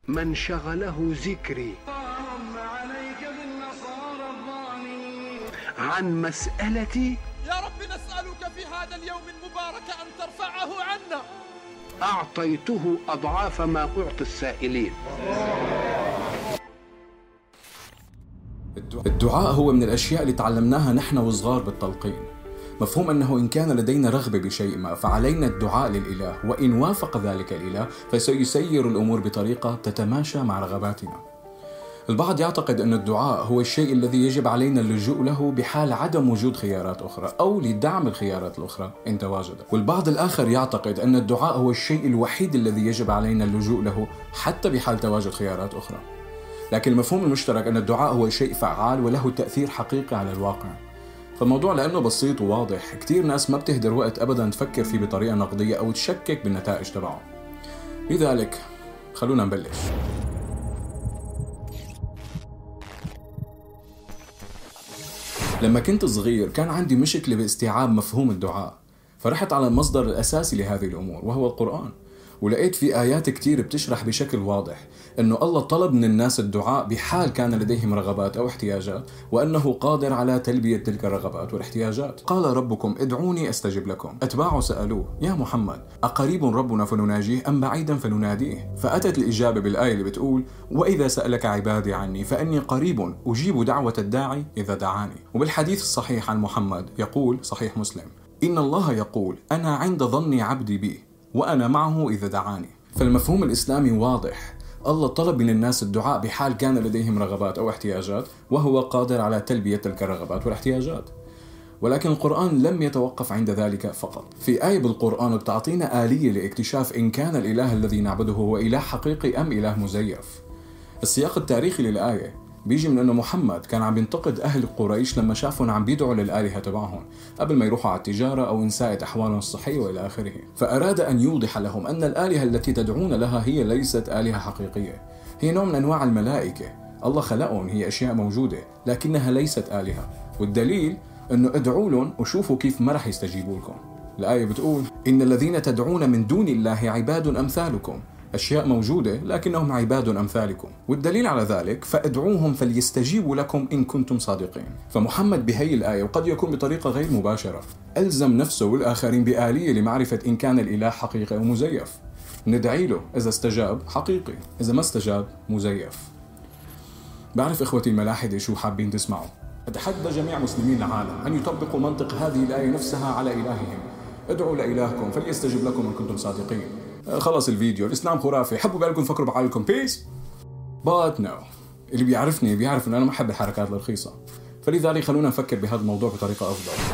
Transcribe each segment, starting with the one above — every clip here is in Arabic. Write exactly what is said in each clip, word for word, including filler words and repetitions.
من شغله ذكري عن مسألتي يا رب نسألك في هذا اليوم المبارك أن ترفعه عنا. أعطيته أضعاف ما أعطي السائلين. الدعاء هو من الأشياء اللي تعلمناها نحن وصغار بالتلقين. مفهوم أنه إن كان لدينا رغبة بشيء ما فعلينا الدعاء للإله، وإن وافق ذلك الإله فسيسير الأمور بطريقة تتماشى مع رغباتنا. البعض يعتقد أن الدعاء هو الشيء الذي يجب علينا اللجوء له بحال عدم وجود خيارات أخرى أو لدعم الخيارات الأخرى إن تواجدت، والبعض الآخر يعتقد أن الدعاء هو الشيء الوحيد الذي يجب علينا اللجوء له حتى بحال تواجد خيارات أخرى. لكن المفهوم المشترك أن الدعاء هو شيء فعال وله تأثير حقيقي على الواقع. فالموضوع لأنه بسيط وواضح، كتير ناس ما بتهدر وقت أبداً تفكر فيه بطريقة نقدية أو تشكك بالنتائج تبعه. لذلك خلونا نبلش. لما كنت صغير كان عندي مشكلة باستيعاب مفهوم الدعاء، فرحت على المصدر الأساسي لهذه الأمور وهو القرآن، ولقيت في آيات كتير بتشرح بشكل واضح أنه الله طلب من الناس الدعاء بحال كان لديهم رغبات أو احتياجات، وأنه قادر على تلبية تلك الرغبات والاحتياجات. قال ربكم ادعوني أستجب لكم. أتباعه سألوه يا محمد أقريب ربنا فنناجيه أم بعيدا فنناديه؟ فأتت الإجابة بالآية اللي بتقول وإذا سألك عبادي عني فإني قريب أجيب دعوة الداعي إذا دعاني. وبالحديث الصحيح عن محمد يقول صحيح مسلم إن الله يقول أنا عند ظن عبدي بي وأنا معه إذا دعاني. فالمفهوم الإسلامي واضح، الله طلب من الناس الدعاء بحال كان لديهم رغبات أو احتياجات، وهو قادر على تلبية تلك الرغبات والاحتياجات. ولكن القرآن لم يتوقف عند ذلك فقط. في آية بالقرآن بتعطينا آلية لاكتشاف إن كان الإله الذي نعبده هو إله حقيقي أم إله مزيف. السياق التاريخي للآية بيجي من أنه محمد كان عم ينتقد أهل قريش لما شافهم عم بيدعوا للآلهة تبعهم قبل ما يروحوا على التجارة أو إنساء أحوالهم الصحية وإلى آخره، فأراد أن يوضح لهم أن الآلهة التي تدعون لها هي ليست آلهة حقيقية، هي نوع من أنواع الملائكة، الله خلقهم، هي أشياء موجودة لكنها ليست آلهة. والدليل أنه ادعوا لهم وشوفوا كيف ما رح يستجيبوا لكم. الآية بتقول إن الذين تدعون من دون الله عباد أمثالكم، أشياء موجودة لكنهم عباد أمثالكم. والدليل على ذلك فادعوهم فليستجيبوا لكم إن كنتم صادقين. فمحمد بهي الآية وقد يكون بطريقة غير مباشرة ألزم نفسه والآخرين بآلية لمعرفة إن كان الإله حقيقي أو مزيف. ندعي له، إذا استجاب حقيقي، إذا ما استجاب مزيف. بعرف إخوتي الملاحدة شو حابين تسمعوا. أتحدى جميع مسلمين العالم أن يطبقوا منطق هذه الآية نفسها على إلههم. ادعوا لإلهكم فليستجب لكم إن كنتم صادقين. خلص الفيديو، الإسلام خرافي، حبوا بالكم فكروا بعقلكم، بيس. But no، اللي بيعرفني بيعرف إنه أنا ما أحب الحركات الرخيصة، فلذلك خلونا نفكر بهذا الموضوع بطريقة أفضل.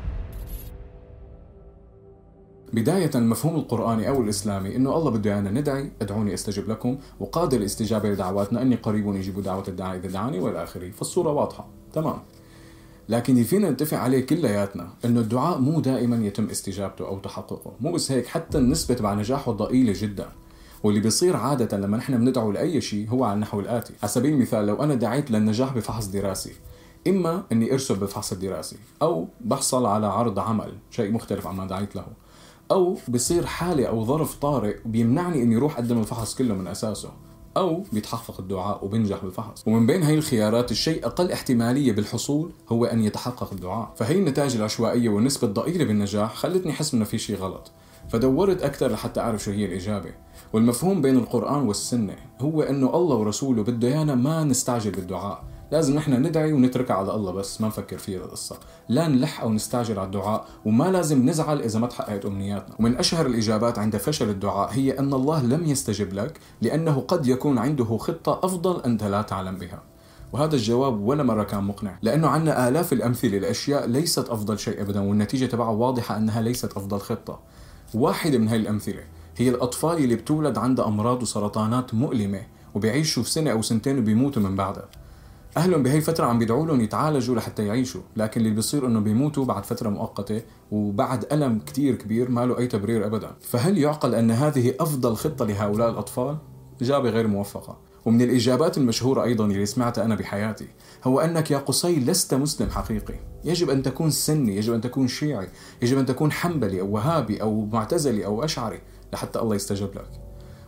بداية المفهوم القرآني أو الإسلامي إنه الله بده أن ندعي ادعوني أستجب لكم، وقادر الاستجابة لدعواتنا أني قريب يجيب دعوة الداعي إذا دعاني والى آخره، فالصورة واضحة تمام. لكن اللي فينا نتفق عليه كلياتنا إنه الدعاء مو دائما يتم استجابته أو تحققه، مو بس هيك حتى النسبة تبع نجاحه ضئيلة جدا. واللي بيصير عادة لما نحن بندعو لأي شيء هو على النحو الآتي. على سبيل المثال لو أنا دعيت للنجاح بفحص دراسي، إما إني أرسب بالفحص الدراسي، أو بحصل على عرض عمل، شيء مختلف عما دعيت له، أو بيصير حالة أو ظرف طارئ بيمنعني إني روح أقدم الفحص كله من أساسه، أو بيتحقق الدعاء وبنجح بالفحص. ومن بين هاي الخيارات الشيء أقل احتمالية بالحصول هو أن يتحقق الدعاء. فهي النتائج العشوائية والنسبة الضئيلة بالنجاح خلتني أحس إنه في شيء غلط، فدورت أكثر لحتى أعرف شو هي الإجابة. والمفهوم بين القرآن والسنة هو إنه الله ورسوله بده إيانا ما نستعجل بالدعاء، لازم نحن ندعي ونتركها على الله بس، ما نفكر فيها القصة، لا نلح أو نستعجل على الدعاء، وما لازم نزعل إذا ما تحققت أمنياتنا. ومن أشهر الإجابات عند فشل الدعاء هي أن الله لم يستجب لك لأنه قد يكون عنده خطة أفضل أنت لا تعلم بها. وهذا الجواب ولا مرة كان مقنع، لأنه عنا آلاف الأمثلة لأشياء ليست أفضل شيء أبدا والنتيجة تبعها واضحة أنها ليست أفضل خطة. واحدة من هاي الأمثلة هي الأطفال اللي بتولد عندها أمراض وسرطانات مؤلمة وبيعيشوا سنة أو سنتين وبيموتوا من بعدها. أهلهم بهي الفترة عم بيدعوا لهم يتعالجوا لحتى يعيشوا، لكن اللي بيصير إنه بيموتوا بعد فترة مؤقتة وبعد ألم كتير كبير ما له أي تبرير أبدا. فهل يعقل أن هذه أفضل خطة لهؤلاء الأطفال؟ إجابة غير موفقة. ومن الإجابات المشهورة أيضا اللي سمعتها أنا بحياتي هو أنك يا قصي لست مسلم حقيقي، يجب أن تكون سني، يجب أن تكون شيعي، يجب أن تكون حنبلي أو وهابي أو معتزلي أو أشعري لحتى الله يستجب لك.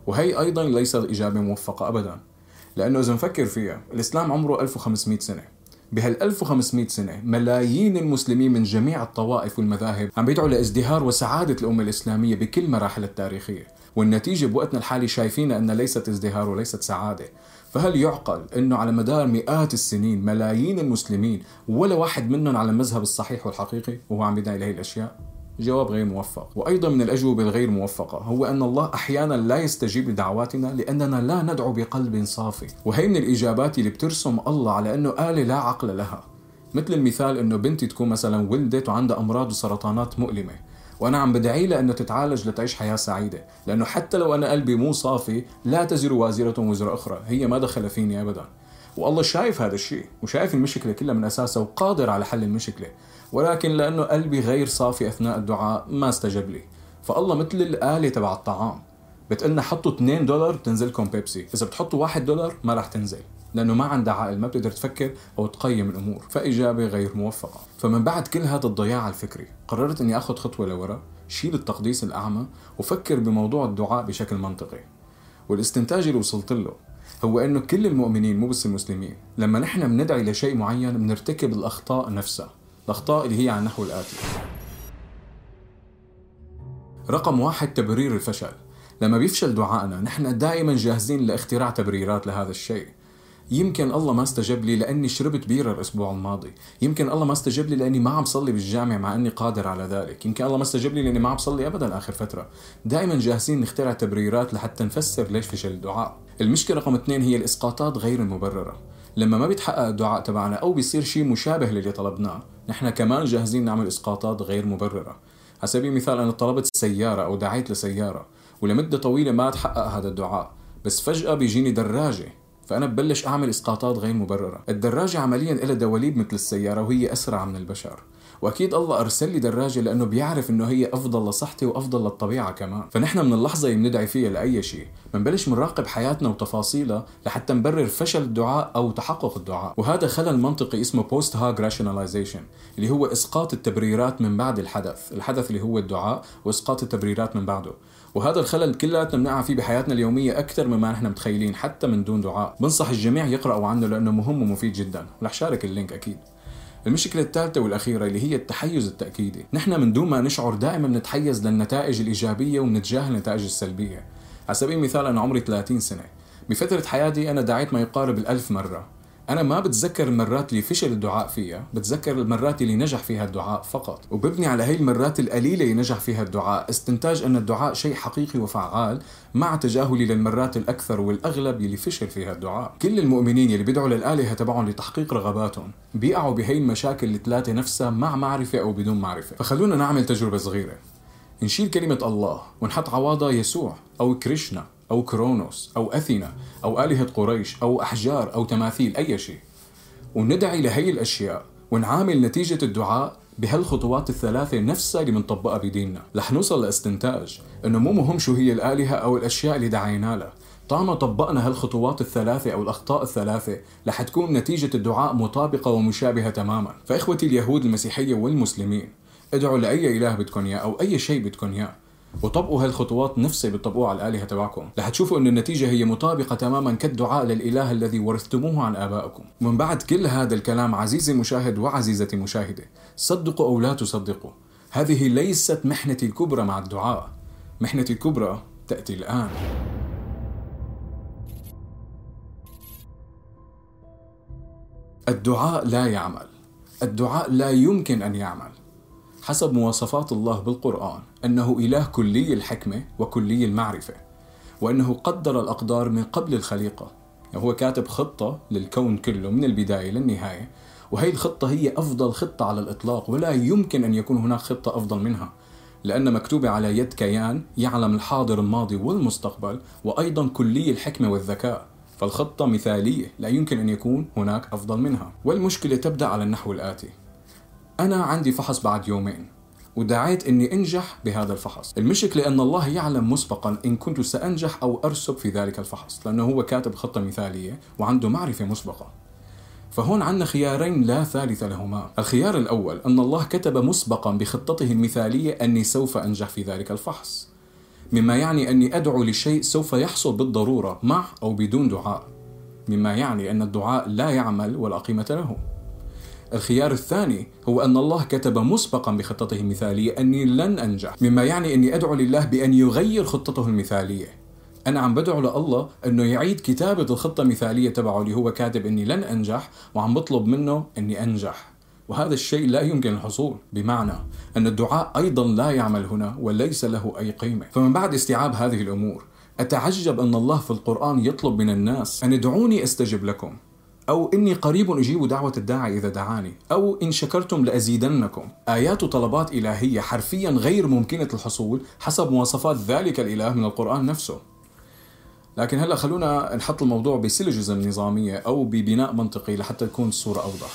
وهي أيضا ليست إجابة موفقة أبدا، لأنه إذا نفكر فيها الإسلام عمره ألف وخمسمائة سنة. بهال ألف وخمسمائة سنة ملايين المسلمين من جميع الطوائف والمذاهب عم بيدعوا لازدهار وسعادة الأمة الإسلامية بكل مراحل التاريخية، والنتيجة بوقتنا الحالي شايفينها أنها ليست ازدهار وليست سعادة. فهل يعقل أنه على مدار مئات السنين ملايين المسلمين ولا واحد منهم على المذهب الصحيح والحقيقي وهو عم يدعي لهي الأشياء؟ جواب غير موفق. وأيضا من الأجوبة الغير موفقة هو أن الله أحيانا لا يستجيب لدعواتنا لأننا لا ندعو بقلب صافي، وهي من الإجابات اللي بترسم الله على أنه آلة لا عقل لها. مثل المثال أنه بنتي تكون مثلا ولدت وعندها أمراض وسرطانات مؤلمة، وأنا عم بدعي لها أنه تتعالج لتعيش حياة سعيدة، لأنه حتى لو أنا قلبي مو صافي لا تزر وازرة وزر أخرى، هي ما دخل فيني أبدا. والله شايف هذا الشيء وشايف المشكلة كلها من أساسها وقادر على حل المشكلة، ولكن لأنه قلبي غير صافي أثناء الدعاء ما استجب لي. فالله مثل الآلة تبع الطعام، بتقلنا حطوا اثنين دولار تنزلكم بيبسي، إذا بتحطوا واحد دولار ما راح تنزل، لأنه ما عندها عقل، ما بتقدر تفكر أو تقيم الأمور. فإجابة غير موفقة. فمن بعد كل هذا الضياع الفكري قررت أني أخذ خطوة لورا، شيل التقديس الأعمى وفكر بموضوع الدعاء بشكل منطقي. والاستنتاج اللي وصلت له هو أنه كل المؤمنين مو بس المسلمين لما نحن بندعي لشيء معين بنرتكب الأخطاء نفسها، الأخطاء اللي هي على النحو الآتي. رقم واحد، تبرير الفشل. لما بيفشل دعائنا نحن دائما جاهزين لاختراع تبريرات لهذا الشيء. يمكن الله ما استجب لي لأني شربت بيرة الأسبوع الماضي، يمكن الله ما استجب لي لأني ما عم صلي بالجامع مع أني قادر على ذلك، يمكن الله ما استجب لي لأني ما عم صلي أبدا آخر فترة. دائما جاهزين نخترع تبريرات لحتى نفسر ليش فشل الدعاء. المشكلة رقم اثنين هي الإسقاطات غير المبررة. لما ما بيتحقق الدعاء تبعنا أو بيصير شيء مشابه للي طلبناه نحن كمان جاهزين نعمل إسقاطات غير مبررة. على سبيل المثال أنا طلبت سيارة أو دعيت لسيارة ولمدة طويلة ما تحقق هذا الدعاء، بس فجأة بيجيني دراجة، فأنا ببلش أعمل إسقاطات غير مبررة. الدراجة عمليا إلها دواليب مثل السيارة وهي أسرع من البشر، وأكيد الله أرسل لي دراجة لأنه بيعرف إنه هي أفضل لصحتي وأفضل للطبيعة كمان. فنحن من اللحظة اللي بندعي فيها لأي شيء بنبلش نراقب حياتنا وتفاصيلها لحتى نبرر فشل الدعاء أو تحقق الدعاء. وهذا خلل منطقي اسمه post hoc rationalization اللي هو إسقاط التبريرات من بعد الحدث، الحدث اللي هو الدعاء وإسقاط التبريرات من بعده. وهذا الخلل كلياتنا بنقع فيه بحياتنا اليومية أكثر مما نحن متخيلين حتى من دون دعاء. بنصح الجميع يقرأوا عنه لأنه مهم ومفيد جدا، ورح شارك اللينك أكيد. المشكلة الثالثة والأخيرة اللي هي التحيز التأكيدي. نحن من دون ما نشعر دائما نتحيز للنتائج الإيجابية ونتجاهل النتائج السلبية. على سبيل المثال أنا عمري ثلاثين سنة، بفترة حياتي أنا دعيت ما يقارب الألف مرة. أنا ما بتذكر المرات اللي فشل الدعاء فيها، بتذكر المرات اللي نجح فيها الدعاء فقط، وببني على هاي المرات القليلة اللي نجح فيها الدعاء استنتاج أن الدعاء شيء حقيقي وفعال، مع تجاهلي للمرات الأكثر والأغلب اللي فشل فيها الدعاء. كل المؤمنين اللي بيدعوا للآلهة تبعهم لتحقيق رغباتهم بيقعوا بهاي المشاكل الثلاثة نفسها مع معرفة أو بدون معرفة. فخلونا نعمل تجربة صغيرة، نشيل كلمة الله ونحط عواضها يسوع أو كريشنا أو كرونوس أو أثينا أو آلهة قريش أو أحجار أو تماثيل، أي شيء، وندعي لهي الأشياء ونعامل نتيجة الدعاء بهالخطوات الثلاثة نفسها اللي منطبقها بديننا. رح نوصل لاستنتاج إنه مو مهم شو هي الآلهة أو الأشياء اللي دعينا لها، طالما طبقنا هالخطوات الثلاثة أو الأخطاء الثلاثة رح تكون نتيجة الدعاء مطابقة ومشابهة تماما. فإخوتي اليهود المسيحية والمسلمين، ادعوا لأي إله بدكم إياه أو أي شيء بدكم إياه وطبقوا هالخطوات نفسها بتطبقوها على الآلهة تبعكم، رح تشوفوا أن النتيجة هي مطابقة تماما كالدعاء للإله الذي ورثتموه عن آبائكم. ومن بعد كل هذا الكلام عزيزي المشاهد وعزيزتي المشاهدة، صدقوا أو لا تصدقوا، هذه ليست محنتي الكبرى مع الدعاء، محنتي الكبرى تأتي الآن. الدعاء لا يعمل، الدعاء لا يمكن أن يعمل. حسب مواصفات الله بالقرآن أنه إله كلي الحكمة وكلي المعرفة، وأنه قدر الأقدار من قبل الخليقة، يعني هو كاتب خطة للكون كله من البداية للنهاية، وهي الخطة هي أفضل خطة على الإطلاق، ولا يمكن أن يكون هناك خطة أفضل منها، لأن مكتوبة على يد كيان يعلم الحاضر الماضي والمستقبل وأيضا كلي الحكمة والذكاء، فالخطة مثالية لا يمكن أن يكون هناك أفضل منها. والمشكلة تبدأ على النحو الآتي: أنا عندي فحص بعد يومين ودعيت أني أنجح بهذا الفحص. المشكلة أن الله يعلم مسبقا إن كنت سأنجح أو أرسب في ذلك الفحص، لأنه هو كاتب خطة مثالية وعنده معرفة مسبقة. فهون عندنا خيارين لا ثالث لهما. الخيار الأول أن الله كتب مسبقا بخطته المثالية أني سوف أنجح في ذلك الفحص، مما يعني أني أدعو لشيء سوف يحصل بالضرورة مع أو بدون دعاء، مما يعني أن الدعاء لا يعمل ولا قيمة له. الخيار الثاني هو أن الله كتب مسبقا بخطته المثالية أني لن أنجح، مما يعني أني أدعو لله بأن يغير خطته المثالية. أنا عم بدعو لله أنه يعيد كتابة الخطة المثالية تبعه اللي هو كاتب أني لن أنجح، وعم بطلب منه أني أنجح، وهذا الشيء لا يمكن الحصول، بمعنى أن الدعاء أيضا لا يعمل هنا وليس له أي قيمة. فمن بعد استيعاب هذه الأمور أتعجب أن الله في القرآن يطلب من الناس أن ادعوني أستجب لكم، أو إني قريب أجيب دعوة الداعي إذا دعاني، أو إن شكرتم لأزيدنكم. آيات وطلبات إلهية حرفيا غير ممكنة الحصول حسب مواصفات ذلك الإله من القرآن نفسه. لكن هلأ خلونا نحط الموضوع بسيلوجيزم نظامية أو ببناء منطقي لحتى تكون الصورة أوضح.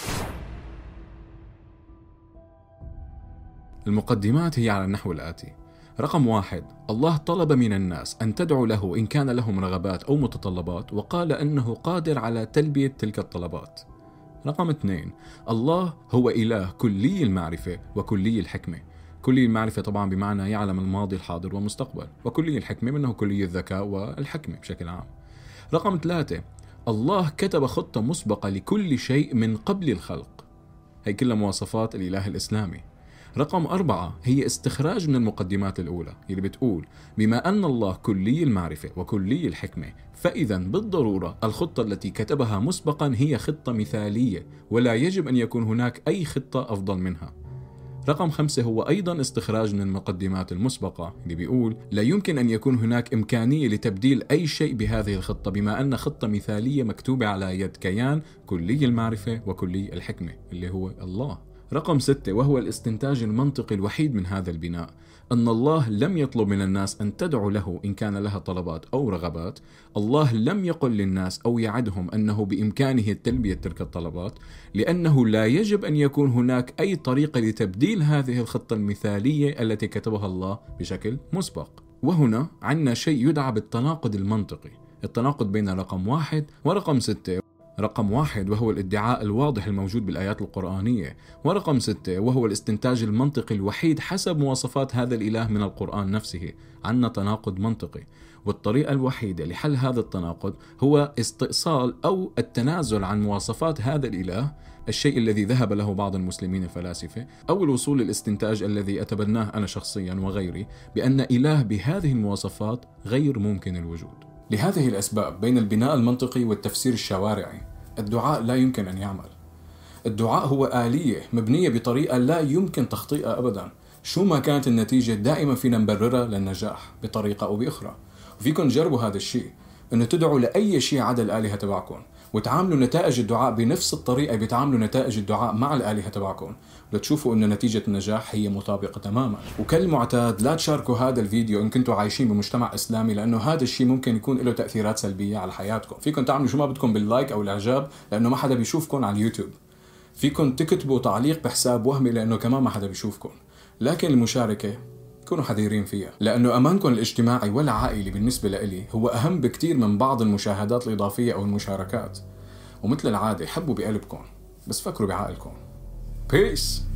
المقدمات هي على النحو الآتي: رقم واحد، الله طلب من الناس أن تدعو له إن كان لهم رغبات أو متطلبات، وقال أنه قادر على تلبية تلك الطلبات. رقم اثنين، الله هو إله كلي المعرفة وكلي الحكمة. كلي المعرفة طبعا بمعنى يعلم الماضي الحاضر والمستقبل، وكلي الحكمة منه كلي الذكاء والحكمة بشكل عام. رقم ثلاثة، الله كتب خطة مسبقة لكل شيء من قبل الخلق. هي كلها مواصفات الإله الإسلامي. رقم أربعة هي استخراج من المقدمات الأولى اللي بتقول بما أن الله كلي المعرفة وكلي الحكمة، فإذا بالضرورة الخطة التي كتبها مسبقا هي خطة مثالية، ولا يجب أن يكون هناك أي خطة أفضل منها. رقم خمسة هو أيضا استخراج من المقدمات المسبقة اللي بيقول لا يمكن أن يكون هناك إمكانية لتبديل أي شيء بهذه الخطة، بما أن خطة مثالية مكتوبة على يد كيان كلي المعرفة وكلي الحكمة اللي هو الله. رقم ستة وهو الاستنتاج المنطقي الوحيد من هذا البناء، أن الله لم يطلب من الناس أن تدعو له إن كان لها طلبات أو رغبات. الله لم يقل للناس أو يعدهم أنه بإمكانه تلبية تلك الطلبات، لأنه لا يجب أن يكون هناك أي طريقة لتبديل هذه الخطة المثالية التي كتبها الله بشكل مسبق. وهنا عندنا شيء يدعى بالتناقض المنطقي، التناقض بين رقم واحد ورقم ستة. رقم واحد وهو الادعاء الواضح الموجود بالآيات القرآنية، ورقم ستة وهو الاستنتاج المنطقي الوحيد حسب مواصفات هذا الإله من القرآن نفسه. عندنا تناقض منطقي، والطريقة الوحيدة لحل هذا التناقض هو استئصال أو التنازل عن مواصفات هذا الإله، الشيء الذي ذهب له بعض المسلمين الفلاسفة، أو الوصول للاستنتاج الذي أتبناه أنا شخصيا وغيري بأن إله بهذه المواصفات غير ممكن الوجود. لهذه الأسباب بين البناء المنطقي والتفسير الشوارعي الدعاء لا يمكن أن يعمل. الدعاء هو آلية مبنية بطريقة لا يمكن تخطئها أبدا، شو ما كانت النتيجة دائما فينا نبررها للنجاح بطريقة أو بأخرى. وفيكم تجربوا هذا الشيء، أنه تدعوا لأي شيء عدا الآلهة تبعكم، وتعاملوا نتائج الدعاء بنفس الطريقة بيتعاملوا نتائج الدعاء مع الآلهة تبعكم، وتشوفوا أن نتيجة النجاح هي مطابقة تماما. وكالمعتاد لا تشاركوا هذا الفيديو إن كنتوا عايشين بمجتمع إسلامي، لأنه هذا الشيء ممكن يكون له تأثيرات سلبية على حياتكم. فيكم تعملوا شو ما بدكم باللايك أو الإعجاب لأنه ما حدا بيشوفكم على اليوتيوب. فيكم تكتبوا تعليق بحساب وهمي لأنه كمان ما حدا بيشوفكم، لكن المشاركة كونوا حذرين فيها، لأنه أمانكم الاجتماعي والعائلي بالنسبة لإلي هو أهم بكتير من بعض المشاهدات الإضافية أو المشاركات. ومثل العادة حبوا بقلبكم بس فكروا بعقلكم. Peace.